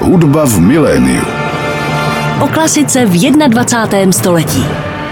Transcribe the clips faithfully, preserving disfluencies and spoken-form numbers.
Hudba v miléniu. O klasice v dvacátém prvním století.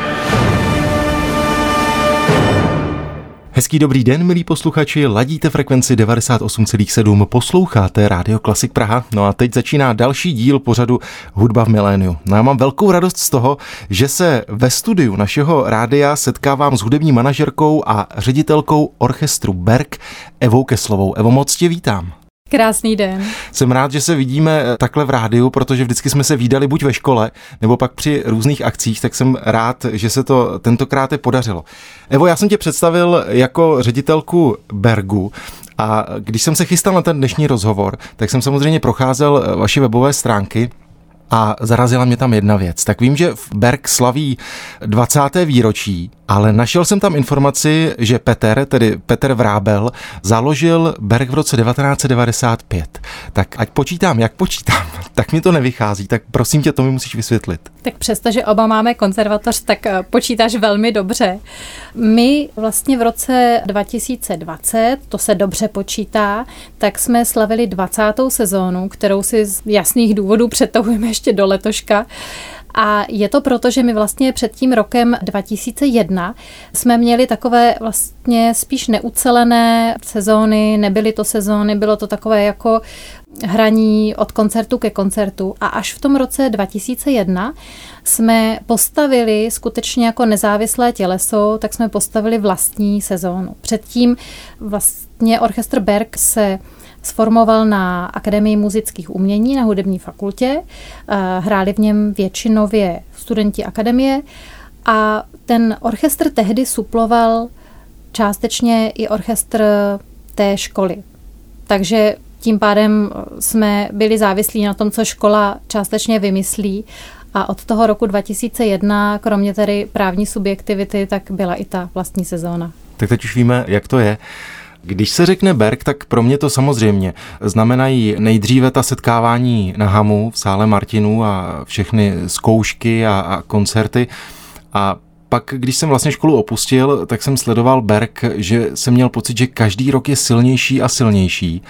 Hezký dobrý den, milí posluchači, ladíte frekvenci devadesát osm celá sedm, posloucháte Rádio Klasik Praha. No a teď začíná další díl pořadu Hudba v miléniu. No já mám velkou radost z toho, že se ve studiu našeho rádia setkávám s hudební manažerkou a ředitelkou orchestru Berg Evou Keslovou. Evo, moc tě vítám. Krásný den. Jsem rád, že se vidíme takhle v rádiu, protože vždycky jsme se vídali buď ve škole, nebo pak při různých akcích, tak jsem rád, že se to tentokrát podařilo. Evo, já jsem tě představil jako ředitelku Bergu a když jsem se chystal na ten dnešní rozhovor, tak jsem samozřejmě procházel vaše webové stránky a zarazila mě tam jedna věc. Tak vím, že Berg slaví dvacáté výročí, ale našel jsem tam informaci, že Petr, tedy Petr Vrábel, založil Berg v roce devatenáct set devadesát pět. Tak ať počítám, jak počítám, tak mi to nevychází, tak prosím tě, to mi musíš vysvětlit. Tak přestože oba máme konzervatoř, tak počítáš velmi dobře. My vlastně v roce dva tisíce dvacet, to se dobře počítá, tak jsme slavili dvacátou sezónu, kterou si z jasných důvodů přetahujeme ještě do letoška. A je to proto, že my vlastně před tím rokem dva tisíce jedna jsme měli takové vlastně spíš neucelené sezóny, nebyly to sezóny, bylo to takové jako hraní od koncertu ke koncertu. A až v tom roce dva tisíce jedna jsme postavili skutečně jako nezávislé těleso, tak jsme postavili vlastní sezónu. Předtím vlastně orchestr Berg se sformoval na Akademii muzických umění na hudební fakultě. Hráli v něm většinově studenti akademie a ten orchestr tehdy suploval částečně i orchestr té školy. Takže tím pádem jsme byli závislí na tom, co škola částečně vymyslí. A od toho roku dva tisíce jedna, kromě tedy právní subjektivity, tak byla i ta vlastní sezóna. Tak teď už víme, jak to je. Když se řekne Berg, tak pro mě to samozřejmě znamenají nejdříve ta setkávání na Hamu v sále Martinů a všechny zkoušky a, a koncerty. A pak, když jsem vlastně školu opustil, tak jsem sledoval Berg, že jsem měl pocit, že každý rok je silnější a silnější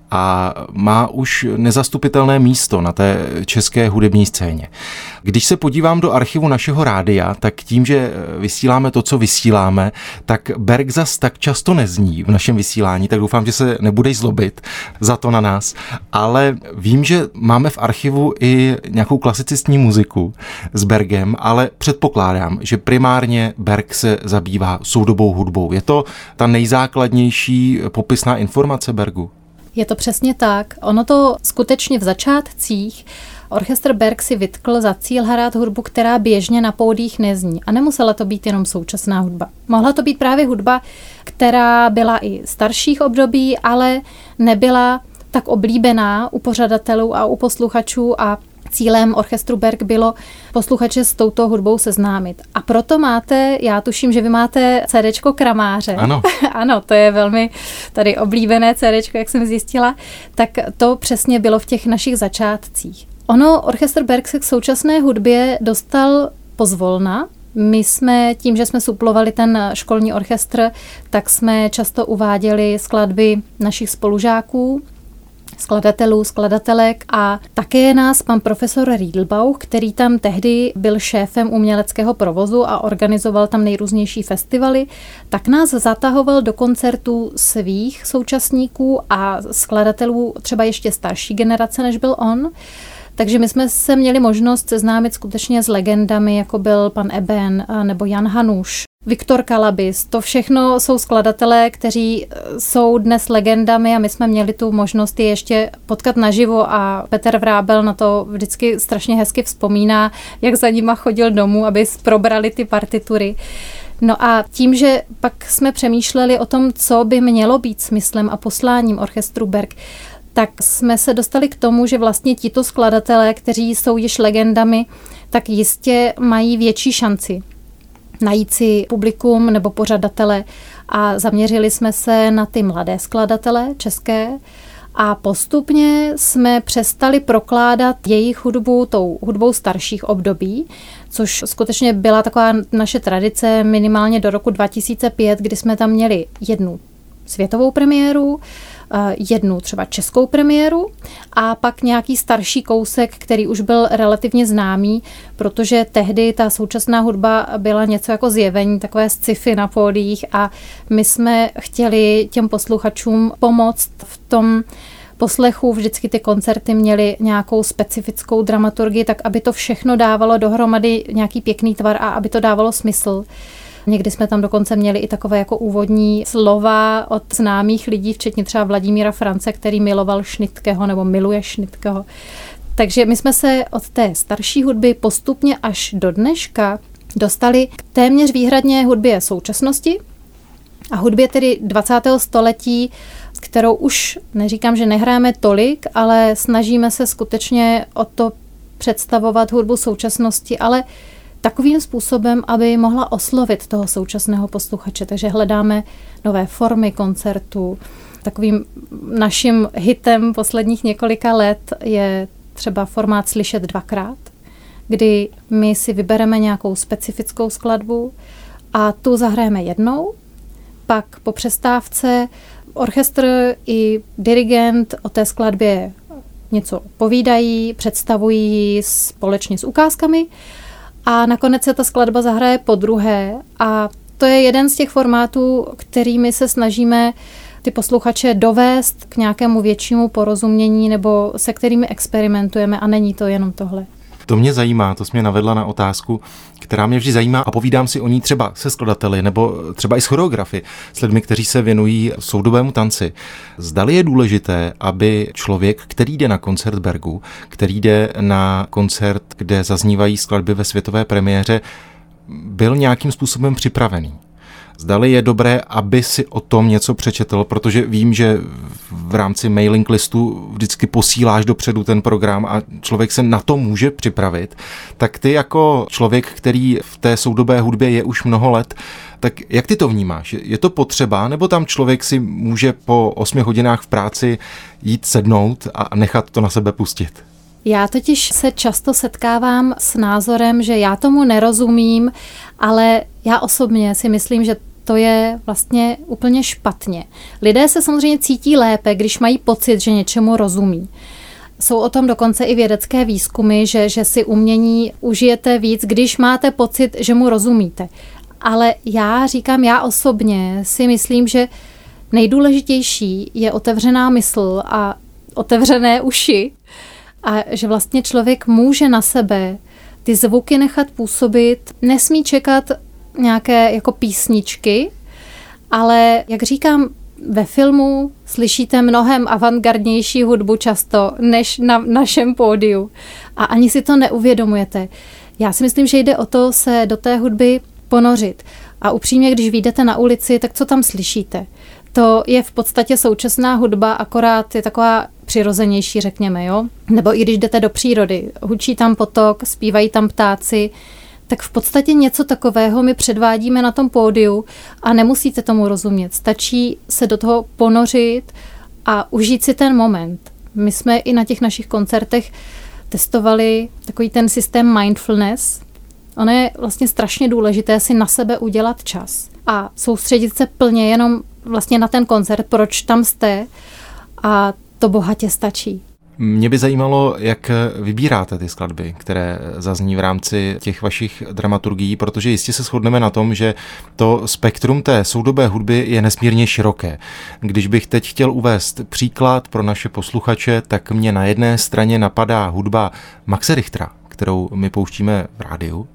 a má už nezastupitelné místo na té české hudební scéně. Když se podívám do archivu našeho rádia, tak tím, že vysíláme to, co vysíláme, tak Berg zas tak často nezní v našem vysílání, tak doufám, že se nebudeš zlobit za to na nás, ale vím, že máme v archivu i nějakou klasicistní muziku s Bergem, ale předpokládám, že primárně Berg se zabývá soudobou hudbou. Je to ta nejzákladnější popisná informace Bergu? Je to přesně tak. Ono to skutečně v začátcích orchestr Berg si vytkl za cíl hrát hudbu, která běžně na pódiích nezní. A nemusela to být jenom současná hudba. Mohla to být právě hudba, která byla i starších období, ale nebyla tak oblíbená u pořadatelů a u posluchačů a cílem orchestru Berg bylo posluchače s touto hudbou seznámit. A proto máte, já tuším, že vy máte cédéčko Kramáře. Ano. Ano, to je velmi tady oblíbené cédéčko, jak jsem zjistila. Tak to přesně bylo v těch našich začátcích. Ono, orchestr Berg se k současné hudbě dostal pozvolna. My jsme tím, že jsme suplovali ten školní orchestr, tak jsme často uváděli skladby našich spolužáků, skladatelů, skladatelek a také nás pan profesor Riedelbauch, který tam tehdy byl šéfem uměleckého provozu a organizoval tam nejrůznější festivaly, tak nás zatahoval do koncertů svých současníků a skladatelů třeba ještě starší generace, než byl on. Takže my jsme se měli možnost seznámit skutečně s legendami, jako byl pan Eben nebo Jan Hanuš, Viktor Kalabis. To všechno jsou skladatelé, kteří jsou dnes legendami a my jsme měli tu možnost je ještě potkat naživo a Petr Vrábel na to vždycky strašně hezky vzpomíná, jak za nima chodil domů, aby probrali ty partitury. No a tím, že pak jsme přemýšleli o tom, co by mělo být smyslem a posláním orchestru Berg, tak jsme se dostali k tomu, že vlastně tito skladatelé, kteří jsou již legendami, tak jistě mají větší šanci najít si publikum nebo pořadatele a zaměřili jsme se na ty mladé skladatele české a postupně jsme přestali prokládat jejich hudbu tou hudbou starších období, což skutečně byla taková naše tradice minimálně do roku dva tisíce pět, kdy jsme tam měli jednu světovou premiéru jednu třeba českou premiéru a pak nějaký starší kousek, který už byl relativně známý, protože tehdy ta současná hudba byla něco jako zjevení, takové sci-fi na pódiích a my jsme chtěli těm posluchačům pomoct v tom poslechu. Vždycky ty koncerty měly nějakou specifickou dramaturgii, tak aby to všechno dávalo dohromady nějaký pěkný tvar a aby to dávalo smysl. Někdy jsme tam dokonce měli i takové jako úvodní slova od známých lidí, včetně třeba Vladimíra France, který miloval Šnittkeho nebo miluje Šnittkeho. Takže my jsme se od té starší hudby postupně až do dneška dostali k téměř výhradně hudbě současnosti a hudbě tedy dvacátého století, kterou už neříkám, že nehráme tolik, ale snažíme se skutečně o to představovat hudbu současnosti, ale takovým způsobem, aby mohla oslovit toho současného posluchače. Takže hledáme nové formy koncertů. Takovým naším hitem posledních několika let je třeba formát Slyšet dvakrát, kdy my si vybereme nějakou specifickou skladbu a tu zahrajeme jednou, pak po přestávce orchestr i dirigent o té skladbě něco povídají, představují ji společně s ukázkami a nakonec se ta skladba zahraje podruhé a to je jeden z těch formátů, kterými se snažíme ty posluchače dovést k nějakému většímu porozumění nebo se kterými experimentujeme a není to jenom tohle. To mě zajímá, to jsi mě navedla na otázku, která mě vždy zajímá a povídám si o ní třeba se skladateli nebo třeba i s choreografy, s lidmi, kteří se věnují soudobému tanci. Zdali je důležité, aby člověk, který jde na koncert Bergu, který jde na koncert, kde zaznívají skladby ve světové premiéře, byl nějakým způsobem připravený. Zdali je dobré, aby si o tom něco přečetl, protože vím, že v rámci mailing listu vždycky posíláš dopředu ten program a člověk se na to může připravit. Tak ty jako člověk, který v té soudobé hudbě je už mnoho let, tak jak ty to vnímáš? Je to potřeba, nebo tam člověk si může po osmi hodinách v práci jít sednout a nechat to na sebe pustit? Já totiž se často setkávám s názorem, že já tomu nerozumím, ale já osobně si myslím, že to je vlastně úplně špatně. Lidé se samozřejmě cítí lépe, když mají pocit, že něčemu rozumí. Jsou o tom dokonce i vědecké výzkumy, že, že si umění užijete víc, když máte pocit, že mu rozumíte. Ale já říkám, já osobně si myslím, že nejdůležitější je otevřená mysl a otevřené uši, a že vlastně člověk může na sebe ty zvuky nechat působit, nesmí čekat nějaké jako písničky, ale jak říkám, ve filmu slyšíte mnohem avantgardnější hudbu často než na našem pódiu a ani si to neuvědomujete. Já si myslím, že jde o to se do té hudby ponořit a upřímně, když vyjdete na ulici, tak co tam slyšíte? To je v podstatě současná hudba, akorát je taková přirozenější, řekněme, jo? Nebo i když jdete do přírody, hučí tam potok, zpívají tam ptáci, tak v podstatě něco takového my předvádíme na tom pódiu a nemusíte tomu rozumět. Stačí se do toho ponořit a užít si ten moment. My jsme i na těch našich koncertech testovali takový ten systém mindfulness. Ono je vlastně strašně důležité si na sebe udělat čas a soustředit se plně jenom vlastně na ten koncert, proč tam jste a to bohatě stačí. Mě by zajímalo, jak vybíráte ty skladby, které zazní v rámci těch vašich dramaturgií, protože jistě se shodneme na tom, že to spektrum té soudobé hudby je nesmírně široké. Když bych teď chtěl uvést příklad pro naše posluchače, tak mě na jedné straně napadá hudba Maxe Richtera, kterou my pouštíme v rádiu,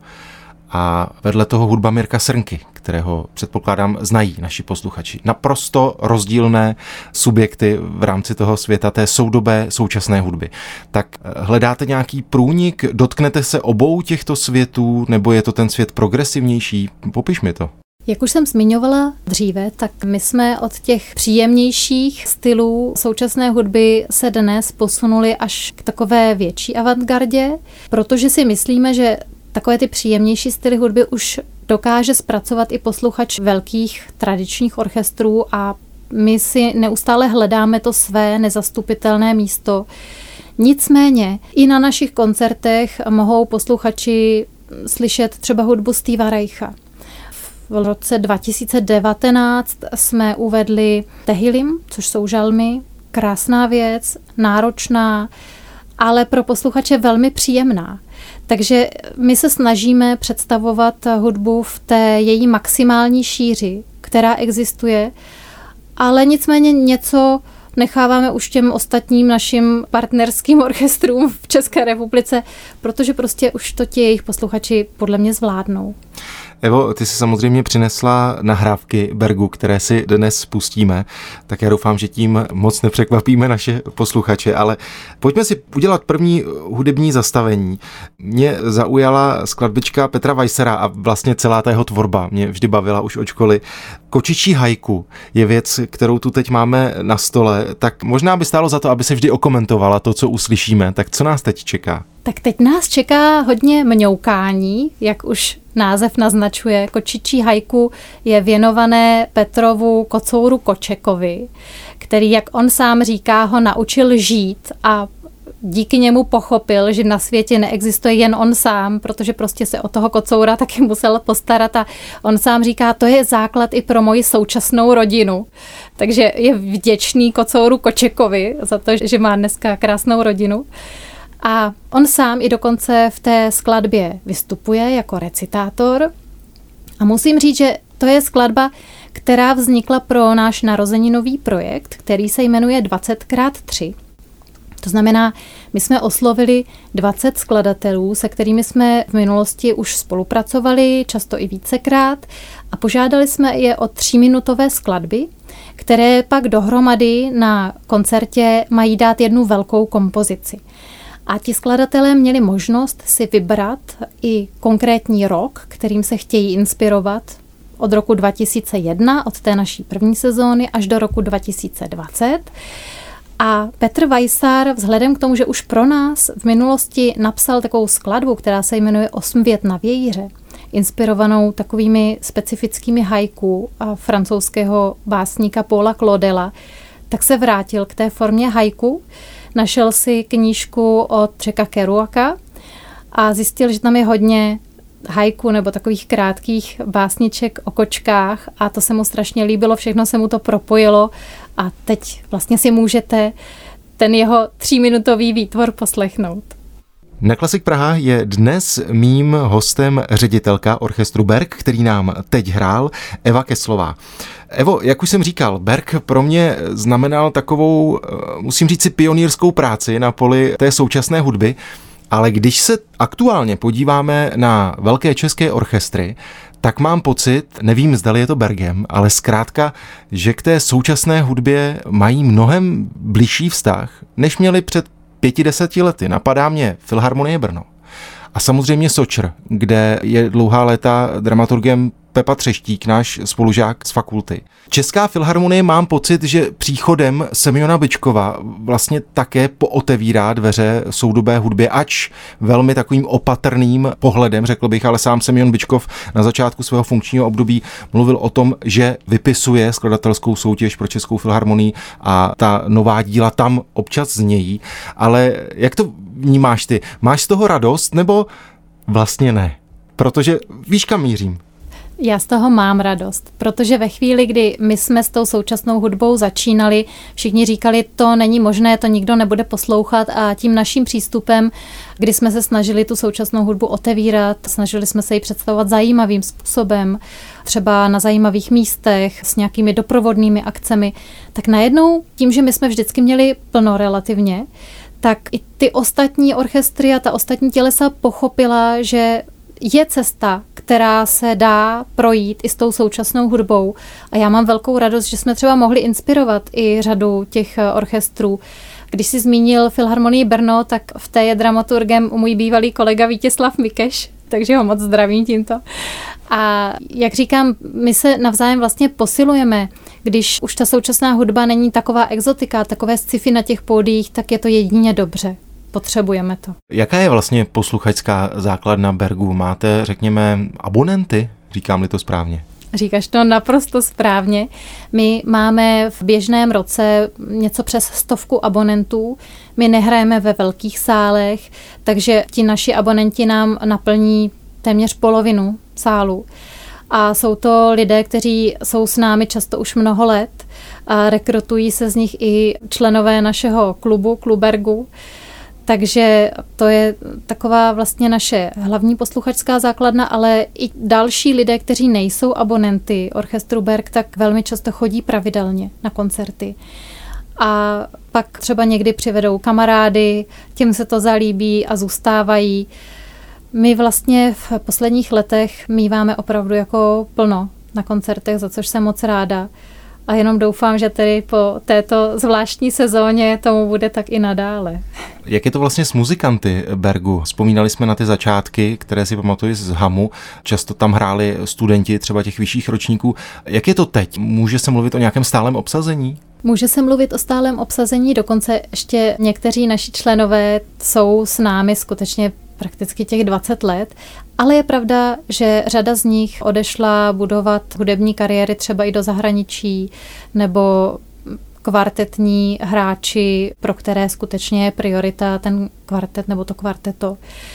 a vedle toho hudba Mirka Srnky, kterého předpokládám znají naši posluchači. Naprosto rozdílné subjekty v rámci toho světa té soudobé současné hudby. Tak hledáte nějaký průnik, dotknete se obou těchto světů, nebo je to ten svět progresivnější? Popiš mi to. Jak už jsem zmiňovala dříve, tak my jsme od těch příjemnějších stylů současné hudby se dnes posunuli až k takové větší avantgardě, protože si myslíme, že takové ty příjemnější styly hudby už dokáže zpracovat i posluchač velkých tradičních orchestrů a my si neustále hledáme to své nezastupitelné místo. Nicméně i na našich koncertech mohou posluchači slyšet třeba hudbu Steva Reicha. v roce dva tisíce devatenáct jsme uvedli Tehillim, což jsou žalmy, krásná věc, náročná, ale pro posluchače velmi příjemná. Takže my se snažíme představovat hudbu v té její maximální šíři, která existuje, ale nicméně něco necháváme už těm ostatním našim partnerským orchestrům v České republice, protože prostě už to ti jejich posluchači podle mě zvládnou. Evo, ty jsi samozřejmě přinesla nahrávky Bergu, které si dnes pustíme, tak já doufám, že tím moc nepřekvapíme naše posluchače, ale pojďme si udělat první hudební zastavení. Mě zaujala skladbička Petra Weissera a vlastně celá ta jeho tvorba mě vždy bavila už od školy. Kočičí haiku je věc, kterou tu teď máme na stole, tak možná by stálo za to, aby se vždy okomentovala to, co uslyšíme. Tak co nás teď čeká? Tak teď nás čeká hodně mňoukání, jak už název naznačuje. Kočičí haiku je věnované Petrovu kocouru Kočekovi, který, jak on sám říká, ho naučil žít a díky němu pochopil, že na světě neexistuje jen on sám, protože prostě se o toho kocoura taky musel postarat a on sám říká, to je základ i pro moji současnou rodinu. Takže je vděčný kocouru Kočekovi za to, že má dneska krásnou rodinu. A on sám i dokonce v té skladbě vystupuje jako recitátor. A musím říct, že to je skladba, která vznikla pro náš narozeninový projekt, který se jmenuje dvacet krát tři. To znamená, my jsme oslovili dvacet skladatelů, se kterými jsme v minulosti už spolupracovali, často i vícekrát, a požádali jsme je o tříminutové skladby, které pak dohromady na koncertě mají dát jednu velkou kompozici. A ti skladatelé měli možnost si vybrat i konkrétní rok, kterým se chtějí inspirovat, od roku dva tisíce jedna, od té naší první sezóny, až do roku dva tisíce dvacet. A Petr Weissar, vzhledem k tomu, že už pro nás v minulosti napsal takovou skladbu, která se jmenuje Osm vět na vějíře, inspirovanou takovými specifickými haiku a francouzského básníka Paula Claudela, tak se vrátil k té formě haiku, našel si knížku od Jacka Kerouaka a zjistil, že tam je hodně haiku nebo takových krátkých básniček o kočkách a to se mu strašně líbilo, všechno se mu to propojilo a teď vlastně si můžete ten jeho tříminutový výtvor poslechnout. Na Klasik Praha je dnes mým hostem ředitelka orchestru Berg, který nám teď hrál, Eva Keslová. Evo, jak už jsem říkal, Berg pro mě znamenal takovou, musím říct si, pionýrskou práci na poli té současné hudby, ale když se aktuálně podíváme na velké české orchestry, tak mám pocit, nevím, zdali je to Bergem, ale zkrátka, že k té současné hudbě mají mnohem bližší vztah, než měli před pěti, deseti lety. Napadá mě Filharmonie Brno. A samozřejmě Sočr, kde je dlouhá léta dramaturgem Pepa Třeštík, náš spolužák z fakulty. Česká filharmonie, mám pocit, že příchodem Semjona Byčkova vlastně také pootevírá dveře soudobé hudbě, ač velmi takovým opatrným pohledem, řekl bych, ale sám Semjon Byčkov na začátku svého funkčního období mluvil o tom, že vypisuje skladatelskou soutěž pro Českou filharmonii a ta nová díla tam občas znějí. Ale jak to vnímáš ty? Máš z toho radost nebo vlastně ne? Protože víš, kam mířím. Já z toho mám radost, protože ve chvíli, kdy my jsme s tou současnou hudbou začínali, všichni říkali, to není možné, to nikdo nebude poslouchat a tím naším přístupem, kdy jsme se snažili tu současnou hudbu otevírat, snažili jsme se ji představovat zajímavým způsobem, třeba na zajímavých místech, s nějakými doprovodnými akcemi, tak najednou tím, že my jsme vždycky měli plno relativně, tak i ty ostatní orchestry a ta ostatní tělesa pochopila, že je cesta, která se dá projít i s tou současnou hudbou. A já mám velkou radost, že jsme třeba mohli inspirovat i řadu těch orchestrů. Když jsi zmínil Filharmonii Brno, tak v té je dramaturgem můj bývalý kolega Vítězslav Mikeš, takže ho moc zdravím tímto. A jak říkám, my se navzájem vlastně posilujeme. Když už ta současná hudba není taková exotika, takové sci-fi na těch pódiích, tak je to jedině dobře. Potřebujeme to. Jaká je vlastně posluchačská základna Bergu? Máte, řekněme, abonenty? Říkám-li to správně? Říkáš to naprosto správně. My máme v běžném roce něco přes stovku abonentů. My nehrajeme ve velkých sálech, takže ti naši abonenti nám naplní téměř polovinu sálu. A jsou to lidé, kteří jsou s námi často už mnoho let a rekrutují se z nich i členové našeho klubu, Klubergu. Takže to je taková vlastně naše hlavní posluchačská základna, ale i další lidé, kteří nejsou abonenty orchestru Berg, tak velmi často chodí pravidelně na koncerty. A pak třeba někdy přivedou kamarády, těm se to zalíbí a zůstávají. My vlastně v posledních letech míváme opravdu jako plno na koncertech, za což jsem moc ráda. A jenom doufám, že tedy po této zvláštní sezóně tomu bude tak i nadále. Jak je to vlastně s muzikanty Bergu? Vzpomínali jsme na ty začátky, které si pamatuju z Hamu. Často tam hráli studenti třeba těch vyšších ročníků. Jak je to teď? Může se mluvit o nějakém stálem obsazení? Může se mluvit o stálem obsazení, dokonce ještě někteří naši členové jsou s námi skutečně prakticky těch dvacet let, ale je pravda, že řada z nich odešla budovat hudební kariéry třeba i do zahraničí, nebo kvartetní hráči, pro které skutečně je priorita ten kvartet nebo to kvarteto.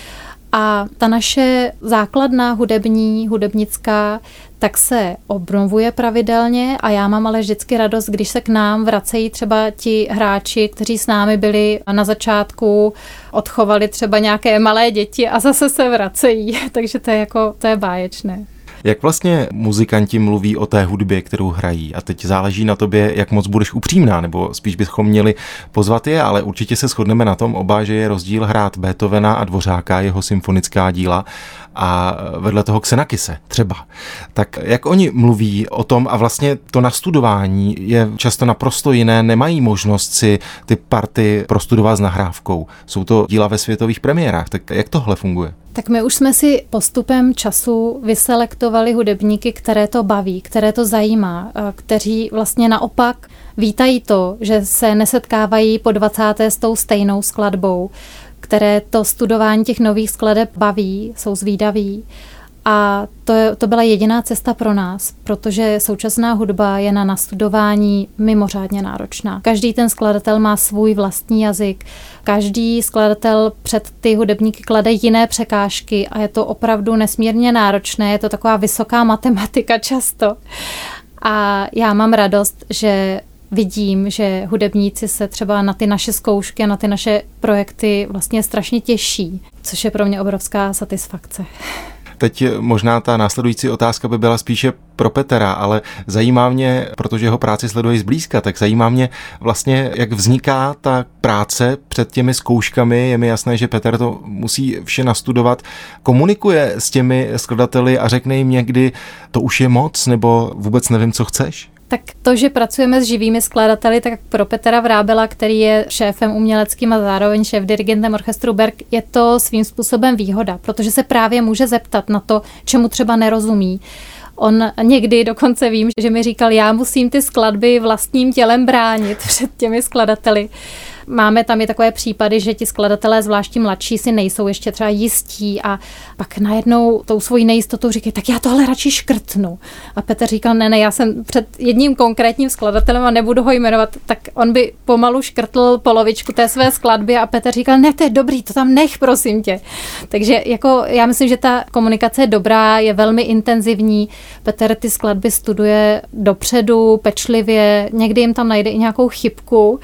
A ta naše základna hudební, hudebnická, tak se obnovuje pravidelně a já mám ale vždycky radost, když se k nám vracejí třeba ti hráči, kteří s námi byli na začátku, odchovali třeba nějaké malé děti a zase se vracejí, takže to je jako, to je báječné. Jak vlastně muzikanti mluví o té hudbě, kterou hrají? A teď záleží na tobě, jak moc budeš upřímná, nebo spíš bychom měli pozvat je, ale určitě se shodneme na tom oba, že je rozdíl hrát Beethovena a Dvořáka, jeho symfonická díla, a vedle toho Xenakise třeba. Tak jak oni mluví o tom, a vlastně to nastudování je často naprosto jiné, nemají možnost si ty party prostudovat s nahrávkou. Jsou to díla ve světových premiérách, tak jak tohle funguje? Tak my už jsme si postupem času vyselektovali hudebníky, které to baví, které to zajímá, kteří vlastně naopak vítají to, že se nesetkávají po dvacáté s tou stejnou skladbou, které to studování těch nových skladeb baví, jsou zvídaví. A to, je, to byla jediná cesta pro nás, protože současná hudba je na nastudování mimořádně náročná. Každý ten skladatel má svůj vlastní jazyk, každý skladatel před ty hudebníky klade jiné překážky a je to opravdu nesmírně náročné, je to taková vysoká matematika často. A já mám radost, že vidím, že hudebníci se třeba na ty naše zkoušky a na ty naše projekty vlastně strašně těší, což je pro mě obrovská satisfakce. Teď možná ta následující otázka by byla spíše pro Petera, ale zajímá mě, protože jeho práci sleduji zblízka, tak zajímá mě vlastně, jak vzniká ta práce před těmi zkouškami. Je mi jasné, že Petr to musí vše nastudovat. Komunikuje s těmi skladateli a řekne jim někdy, to už je moc, nebo vůbec nevím, co chceš? Tak to, že pracujeme s živými skladateli, tak pro Petra Vrábela, který je šéfem uměleckým a zároveň šéf-dirigentem orchestru Berg, je to svým způsobem výhoda, protože se právě může zeptat na to, čemu třeba nerozumí. On někdy dokonce vím, že mi říkal, já musím ty skladby vlastním tělem bránit před těmi skladateli. Máme tam i takové případy, že ti skladatelé, zvláště mladší, si nejsou ještě třeba jistí a pak najednou tou svojí nejistotou říkají, tak já tohle radši škrtnu. A Petr říkal, ne, ne, já jsem před jedním konkrétním skladatelem a nebudu ho jmenovat, tak on by pomalu škrtl polovičku té své skladby a Petr říkal, ne, to je dobrý, to tam nech, prosím tě. Takže jako já myslím, že ta komunikace je dobrá, je velmi intenzivní. Petr ty skladby studuje dopředu, pečlivě, někdy jim tam najde i nějakou chybku.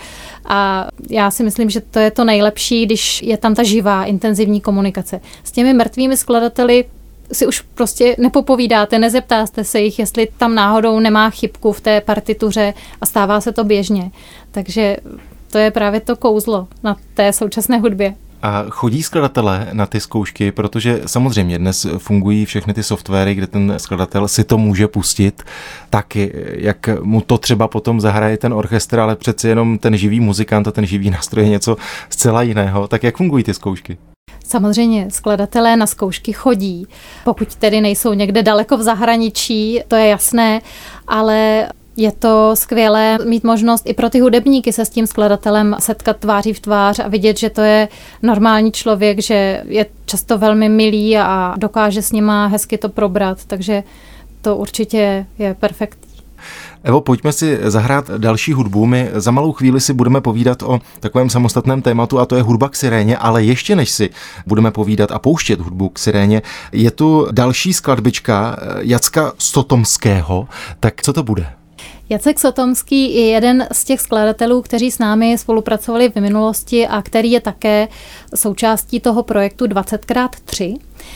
A já si myslím, že to je to nejlepší, když je tam ta živá, intenzivní komunikace. S těmi mrtvými skladateli si už prostě nepopovídáte, nezeptáte se jich, jestli tam náhodou nemá chybku v té partituře a stává se to běžně. Takže to je právě to kouzlo na té současné hudbě. A chodí skladatelé na ty zkoušky, protože samozřejmě dnes fungují všechny ty softwary, kde ten skladatel si to může pustit, tak jak mu to třeba potom zahraje ten orchestr, ale přeci jenom ten živý muzikant a ten živý nástroj je něco zcela jiného. Tak jak fungují ty zkoušky? Samozřejmě skladatelé na zkoušky chodí, pokud tedy nejsou někde daleko v zahraničí, to je jasné, ale je to skvělé mít možnost i pro ty hudebníky se s tím skladatelem setkat tváří v tvář a vidět, že to je normální člověk, že je často velmi milý a dokáže s nima hezky to probrat, takže to určitě je perfektní. Evo, pojďme si zahrát další hudbu. My za malou chvíli si budeme povídat o takovém samostatném tématu a to je hudba k siréně, ale ještě než si budeme povídat a pouštět hudbu k siréně, je tu další skladbička Jacka Sotomského. Tak co to bude? Jacek Sotomský je jeden z těch skladatelů, kteří s námi spolupracovali v minulosti a který je také součástí toho projektu dvacet krát tři.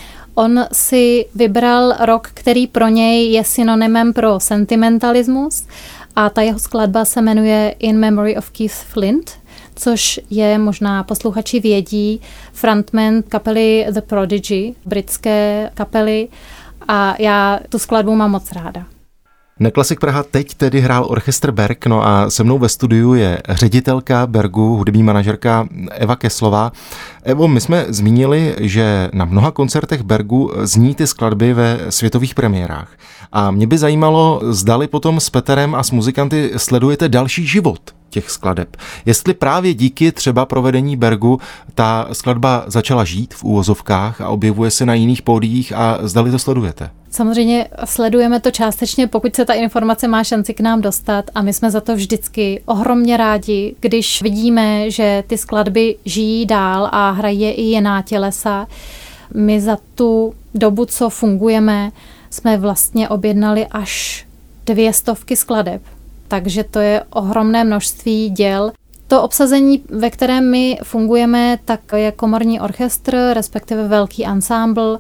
On si vybral rok, který pro něj je synonymem pro sentimentalismus a ta jeho skladba se jmenuje In Memory of Keith Flint, což je, možná posluchači vědí, frontman kapely The Prodigy, britské kapely, a já tu skladbu mám moc ráda. Na Klasik Praha teď tedy hrál orchestr Berg, no a se mnou ve studiu je ředitelka Bergu, hudební manažerka Eva Keslová. Evo, my jsme zmínili, že na mnoha koncertech Bergu zní ty skladby ve světových premiérách. A mě by zajímalo, zdali potom s Peterem a s muzikanty sledujete další život těch skladeb. Jestli právě díky třeba provedení Bergu ta skladba začala žít v úvozovkách a objevuje se na jiných pódiích a zdali to sledujete. Samozřejmě sledujeme to částečně, pokud se ta informace má šanci k nám dostat a my jsme za to vždycky ohromně rádi, když vidíme, že ty skladby žijí dál a hrají je i jiná tělesa. My za tu dobu, co fungujeme, jsme vlastně objednali až dvě stovky skladeb, takže to je ohromné množství děl. To obsazení, ve kterém my fungujeme, tak je komorní orchestr, respektive velký ansámbl.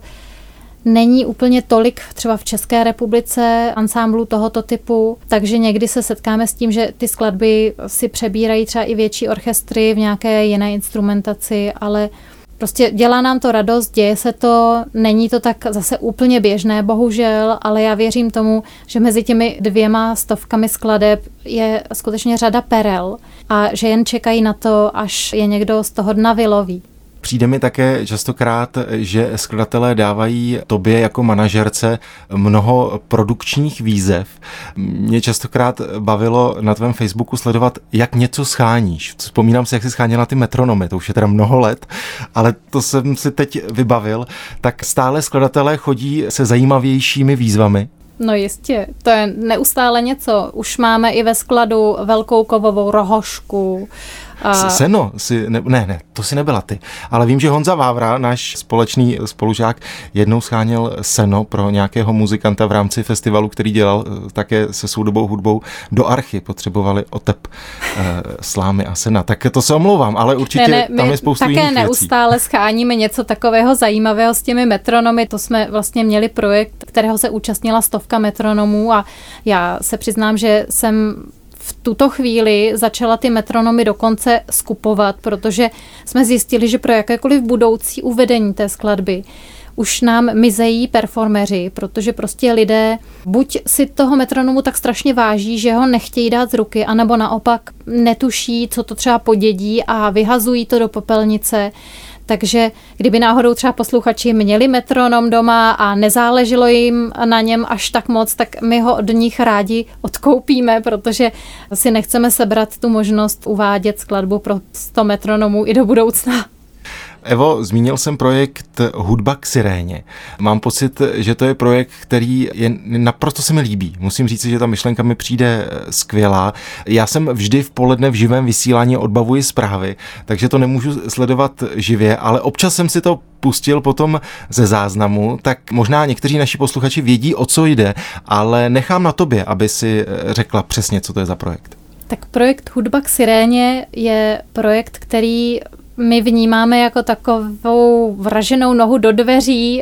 Není úplně tolik třeba v České republice ansámblů tohoto typu, takže někdy se setkáme s tím, že ty skladby si přebírají třeba i větší orchestry v nějaké jiné instrumentaci, ale prostě dělá nám to radost, děje se to, není to tak zase úplně běžné, bohužel, ale já věřím tomu, že mezi těmi dvěma stovkami skladeb je skutečně řada perel a že jen čekají na to, až je někdo z toho dna vyloví. Přijde mi také častokrát, že skladatelé dávají tobě jako manažerce mnoho produkčních výzev. Mě častokrát bavilo na tvém Facebooku sledovat, jak něco scháníš. Vzpomínám si, jak jsi scháněla ty metronomy, to už je teda mnoho let, ale to jsem si teď vybavil. Tak stále skladatelé chodí se zajímavějšími výzvami. No jistě, to je neustále něco. Už máme i ve skladu velkou kovovou rohošku. A... Seno si, ne, ne, ne, to si nebyla ty, ale vím, že Honza Vávra, náš společný spolužák, jednou scháněl seno pro nějakého muzikanta v rámci festivalu, který dělal také se soudobou hudbou do archy, potřebovali otep e, slámy a sena. Tak to se omlouvám, ale určitě ne, ne, tam je spoustu jiných věcí. Také neustále scháníme něco takového zajímavého s těmi metronomy. To jsme vlastně měli projekt, kterého se účastnila stovka metronomů a já se přiznám, že jsem v tuto chvíli začala ty metronomy dokonce skupovat, protože jsme zjistili, že pro jakékoliv budoucí uvedení té skladby už nám mizejí performeři, protože prostě lidé buď si toho metronomu tak strašně váží, že ho nechtějí dát z ruky, anebo naopak netuší, co to třeba podědí a vyhazují to do popelnice. Takže kdyby náhodou třeba posluchači měli metronom doma a nezáleželo jim na něm až tak moc, tak my ho od nich rádi odkoupíme, protože si nechceme sebrat tu možnost uvádět skladbu pro sto metronomů i do budoucna. Evo, zmínil jsem projekt Hudba k siréně. Mám pocit, že to je projekt, který je naprosto se mi líbí. Musím říct, že ta myšlenka mi přijde skvělá. Já jsem vždy v poledne v živém vysílání odbavuji zprávy, takže to nemůžu sledovat živě, ale občas jsem si to pustil potom ze záznamu, tak možná někteří naši posluchači vědí, o co jde, ale nechám na tobě, aby si řekla přesně, co to je za projekt. Tak projekt Hudba k siréně je projekt, který my vnímáme jako takovou vraženou nohu do dveří,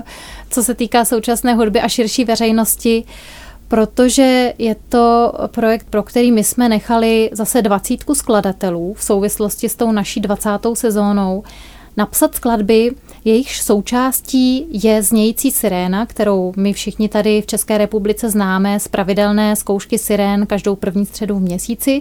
co se týká současné hudby a širší veřejnosti, protože je to projekt, pro který my jsme nechali zase dvacítku skladatelů v souvislosti s tou naší dvacátou sezónou napsat skladby, jejichž součástí je znějící siréna, kterou my všichni tady v České republice známe z pravidelné zkoušky sirén každou první středu v měsíci.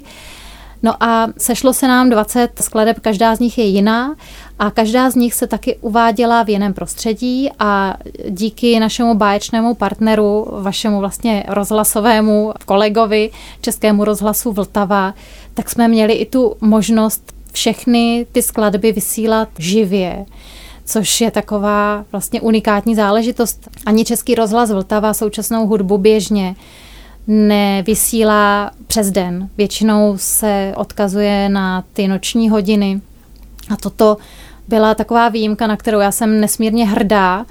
No a sešlo se nám dvacet skladeb, každá z nich je jiná a každá z nich se taky uváděla v jiném prostředí a díky našemu báječnému partneru, vašemu vlastně rozhlasovému kolegovi, Českému rozhlasu Vltava, tak jsme měli i tu možnost všechny ty skladby vysílat živě, což je taková vlastně unikátní záležitost. Ani Český rozhlas Vltava současnou hudbu běžně nevysílá přes den. Většinou se odkazuje na ty noční hodiny. A toto byla taková výjimka, na kterou já jsem nesmírně hrdá.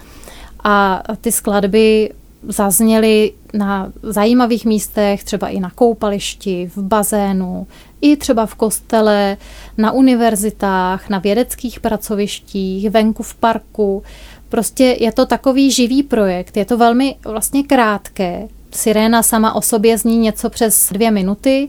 A ty skladby zazněly na zajímavých místech, třeba i na koupališti, v bazénu, i třeba v kostele, na univerzitách, na vědeckých pracovištích, venku v parku. Prostě je to takový živý projekt, je to velmi vlastně krátké. Siréna sama o sobě zní něco přes dvě minuty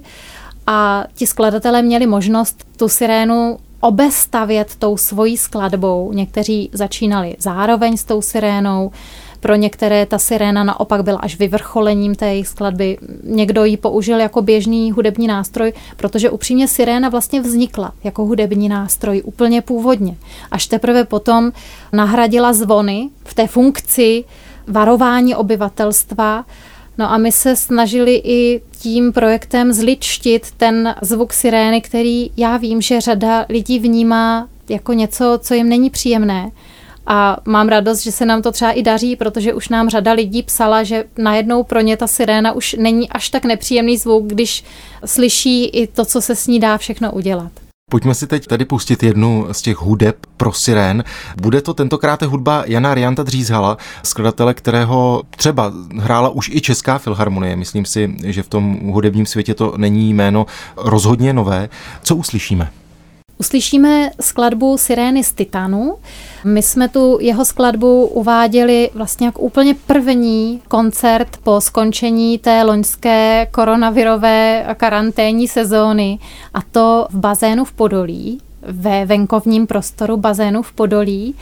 a ti skladatelé měli možnost tu sirénu obestavět tou svojí skladbou. Někteří začínali zároveň s tou sirénou, pro některé ta siréna naopak byla až vyvrcholením té jejich skladby. Někdo ji použil jako běžný hudební nástroj, protože upřímně siréna vlastně vznikla jako hudební nástroj úplně původně. Až teprve potom nahradila zvony v té funkci varování obyvatelstva. No a my se snažili i tím projektem zličtit ten zvuk sirény, který já vím, že řada lidí vnímá jako něco, co jim není příjemné. A mám radost, že se nám to třeba i daří, protože už nám řada lidí psala, že najednou pro ně ta siréna už není až tak nepříjemný zvuk, když slyší i to, co se s ní dá všechno udělat. Pojďme si teď tady pustit jednu z těch hudeb pro sirén. Bude to tentokrát hudba Jana Rianta Dřízhala, skladatele, kterého třeba hrála už i Česká filharmonie. Myslím si, že v tom hudebním světě to není jméno rozhodně nové. Co uslyšíme? Uslyšíme skladbu Sirény z Titanu. My jsme tu jeho skladbu uváděli vlastně jako úplně první koncert po skončení té loňské koronavirové karanténní sezóny, a to v bazénu v Podolí, ve venkovním prostoru bazénu v Podolí.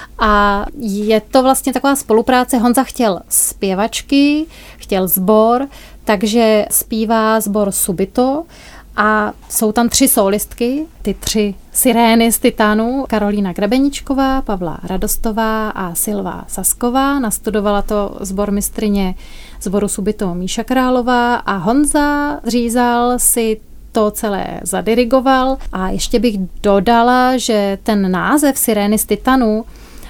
A je to vlastně taková spolupráce. Honza chtěl zpěvačky, chtěl sbor, takže zpívá sbor Subito. A jsou tam tři solistky, ty tři sirény z Titanu, Karolína Grabeničková, Pavla Radostová a Silva Sasková. Nastudovala to sbormistryně sboru Subito Míša Králová a Honza Dřízal si to celé zadirigoval. A ještě bych dodala, že ten název Sirény z Titanu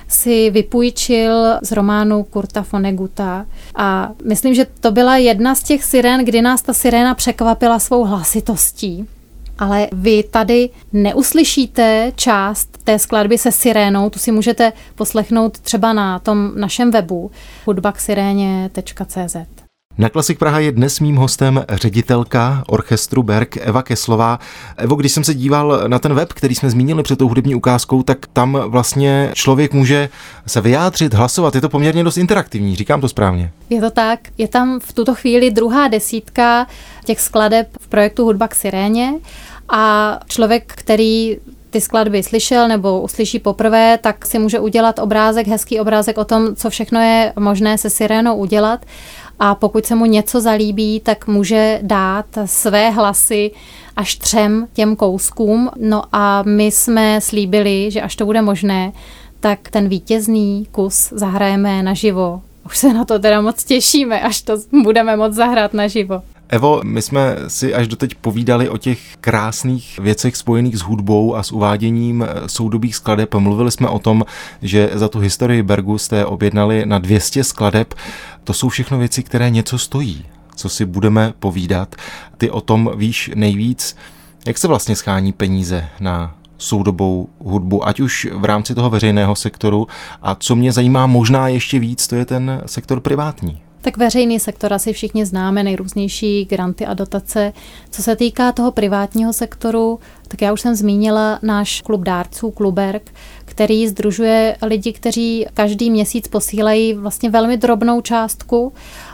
si vypůjčil z románu Kurta Vonnegutta a myslím, že to byla jedna z těch sirén, kdy nás ta siréna překvapila svou hlasitostí. Ale vy tady neuslyšíte část té skladby se sirénou, tu si můžete poslechnout třeba na tom našem webu hudba k siréně tečka cé zet. Na Klasik Praha je dnes mým hostem ředitelka orchestru Berg Eva Keslová. Evo, když jsem se díval na ten web, který jsme zmínili před tou hudební ukázkou, tak tam vlastně člověk může se vyjádřit, hlasovat. Je to poměrně dost interaktivní, říkám to správně. Je to tak. Je tam v tuto chvíli druhá desítka těch skladeb v projektu Hudba k siréně a člověk, který ty skladby slyšel nebo uslyší poprvé, tak si může udělat obrázek, hezký obrázek o tom, co všechno je možné se sirénou udělat. A pokud se mu něco zalíbí, tak může dát své hlasy až třem těm kouskům. No a my jsme slíbili, že až to bude možné, tak ten vítězný kus zahrajeme naživo. Už se na to teda moc těšíme, až to budeme moc zahrát naživo. Evo, my jsme si až doteď povídali o těch krásných věcech spojených s hudbou a s uváděním soudobých skladeb. Mluvili jsme o tom, že za tu historii Bergu jste objednali na dvě stě skladeb. To jsou všechno věci, které něco stojí, co si budeme povídat. Ty o tom víš nejvíc. Jak se vlastně schání peníze na soudobou hudbu, ať už v rámci toho veřejného sektoru, a co mě zajímá možná ještě víc, to je ten sektor privátní. Tak veřejný sektor asi všichni známe, nejrůznější granty a dotace. Co se týká toho privátního sektoru, tak já už jsem zmínila náš klub dárců, Kluberg, který sdružuje lidi, kteří každý měsíc posílají vlastně velmi drobnou částku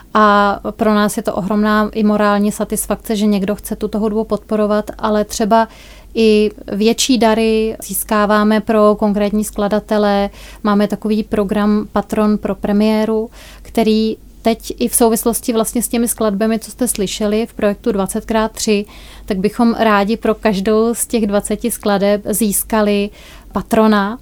a pro nás je to ohromná i morální satisfakce, že někdo chce tuto hudbu podporovat, ale třeba i větší dary získáváme pro konkrétní skladatele. Máme takový program Patron pro premiéru, který teď i v souvislosti vlastně s těmi skladbami, co jste slyšeli v projektu dvacet krát tři, tak bychom rádi pro každou z těch dvaceti skladeb získali patrona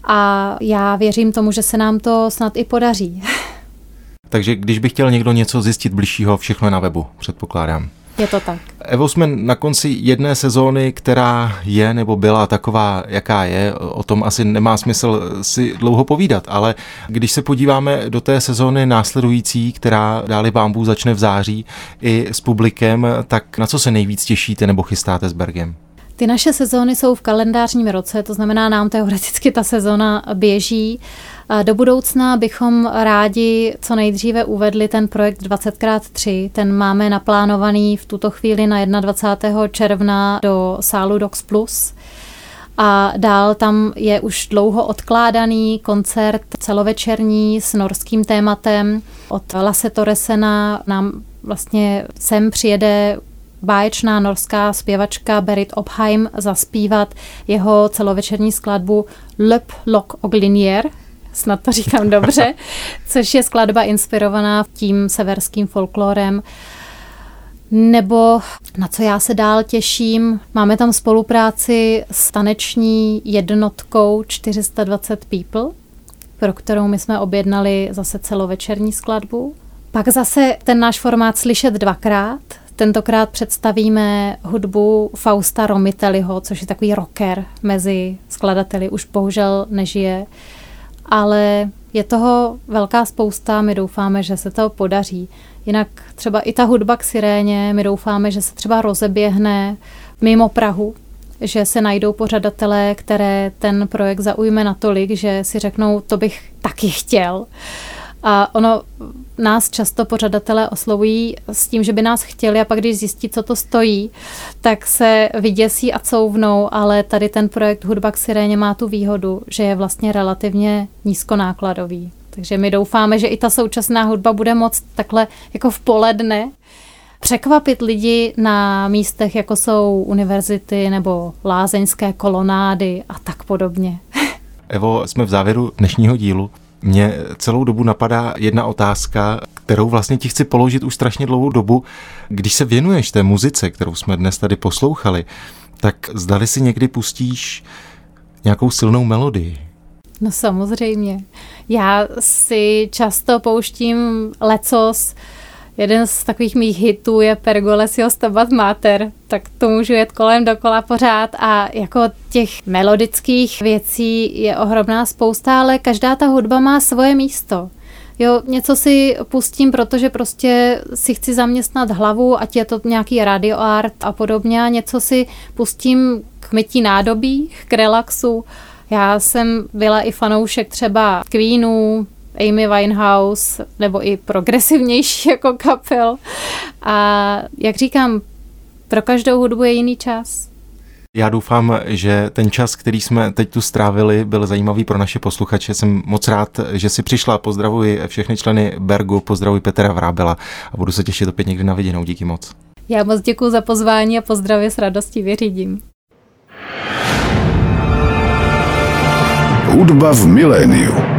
a já věřím tomu, že se nám to snad i podaří. Takže když by chtěl někdo něco zjistit bližšího, všechno je na webu, předpokládám. Je to tak. Evo, jsme na konci jedné sezóny, která je nebo byla taková, jaká je. O tom asi nemá smysl si dlouho povídat, ale když se podíváme do té sezóny následující, která Dáli pánbůh začne v září i s publikem, tak na co se nejvíc těšíte nebo chystáte s Bergem? Ty naše sezóny jsou v kalendářním roce, to znamená, nám teoreticky ta sezóna běží. Do budoucna bychom rádi co nejdříve uvedli ten projekt dvacet krát tři. Ten máme naplánovaný v tuto chvíli na dvacátého prvního června do sálu Dox Plus. A dál tam je už dlouho odkládaný koncert celovečerní s norským tématem. Od Lasse Torresena nám vlastně sem přijede báječná norská zpěvačka Berit Opheim zaspívat jeho celovečerní skladbu Løp Lok og Linjer, snad to říkám dobře, což je skladba inspirovaná tím severským folklorem. Nebo na co já se dál těším, máme tam spolupráci s taneční jednotkou čtyři sta dvacet People, pro kterou my jsme objednali zase celovečerní skladbu. Pak zase ten náš formát Slyšet dvakrát. Tentokrát představíme hudbu Fausta Romitelliho, což je takový rocker mezi skladateli, už bohužel nežije, ale je toho velká spousta, my doufáme, že se to podaří. Jinak třeba i ta hudba k Siréně, my doufáme, že se třeba rozeběhne mimo Prahu, že se najdou pořadatelé, které ten projekt zaujme natolik, že si řeknou, to bych taky chtěl. A ono nás často pořadatelé oslovují s tím, že by nás chtěli a pak když zjistí, co to stojí, tak se vyděsí a couvnou, ale tady ten projekt Hudba k Siréně má tu výhodu, že je vlastně relativně nízkonákladový. Takže my doufáme, že i ta současná hudba bude moct takhle jako v poledne překvapit lidi na místech, jako jsou univerzity nebo lázeňské kolonády a tak podobně. Evo, jsme v závěru dnešního dílu. Mě celou dobu napadá jedna otázka, kterou vlastně ti chci položit už strašně dlouhou dobu. Když se věnuješ té muzice, kterou jsme dnes tady poslouchali, tak zdali si někdy pustíš nějakou silnou melodii? No samozřejmě. Já si často pouštím lecos. Jeden z takových mých hitů je Pergolesios Stabat Mater, tak to můžu jet kolem dokola pořád a jako těch melodických věcí je ohromná spousta, ale každá ta hudba má svoje místo. Jo, něco si pustím, protože prostě si chci zaměstnat hlavu, ať je to nějaký radioart a podobně, a něco si pustím k mytí nádobí, k relaxu. Já jsem byla i fanoušek třeba Queenů, Amy Winehouse, nebo i progresivnější jako kapel. A jak říkám, pro každou hudbu je jiný čas. Já doufám, že ten čas, který jsme teď tu strávili, byl zajímavý pro naše posluchače. Jsem moc rád, že jsi přišla. Pozdravuji všechny členy Bergu, pozdravuji Petra Vrábela a budu se těšit opět někdy na viděnou. Díky moc. Já moc děkuji za pozvání a pozdravy s radostí vyřídím. Hudba v miléniu.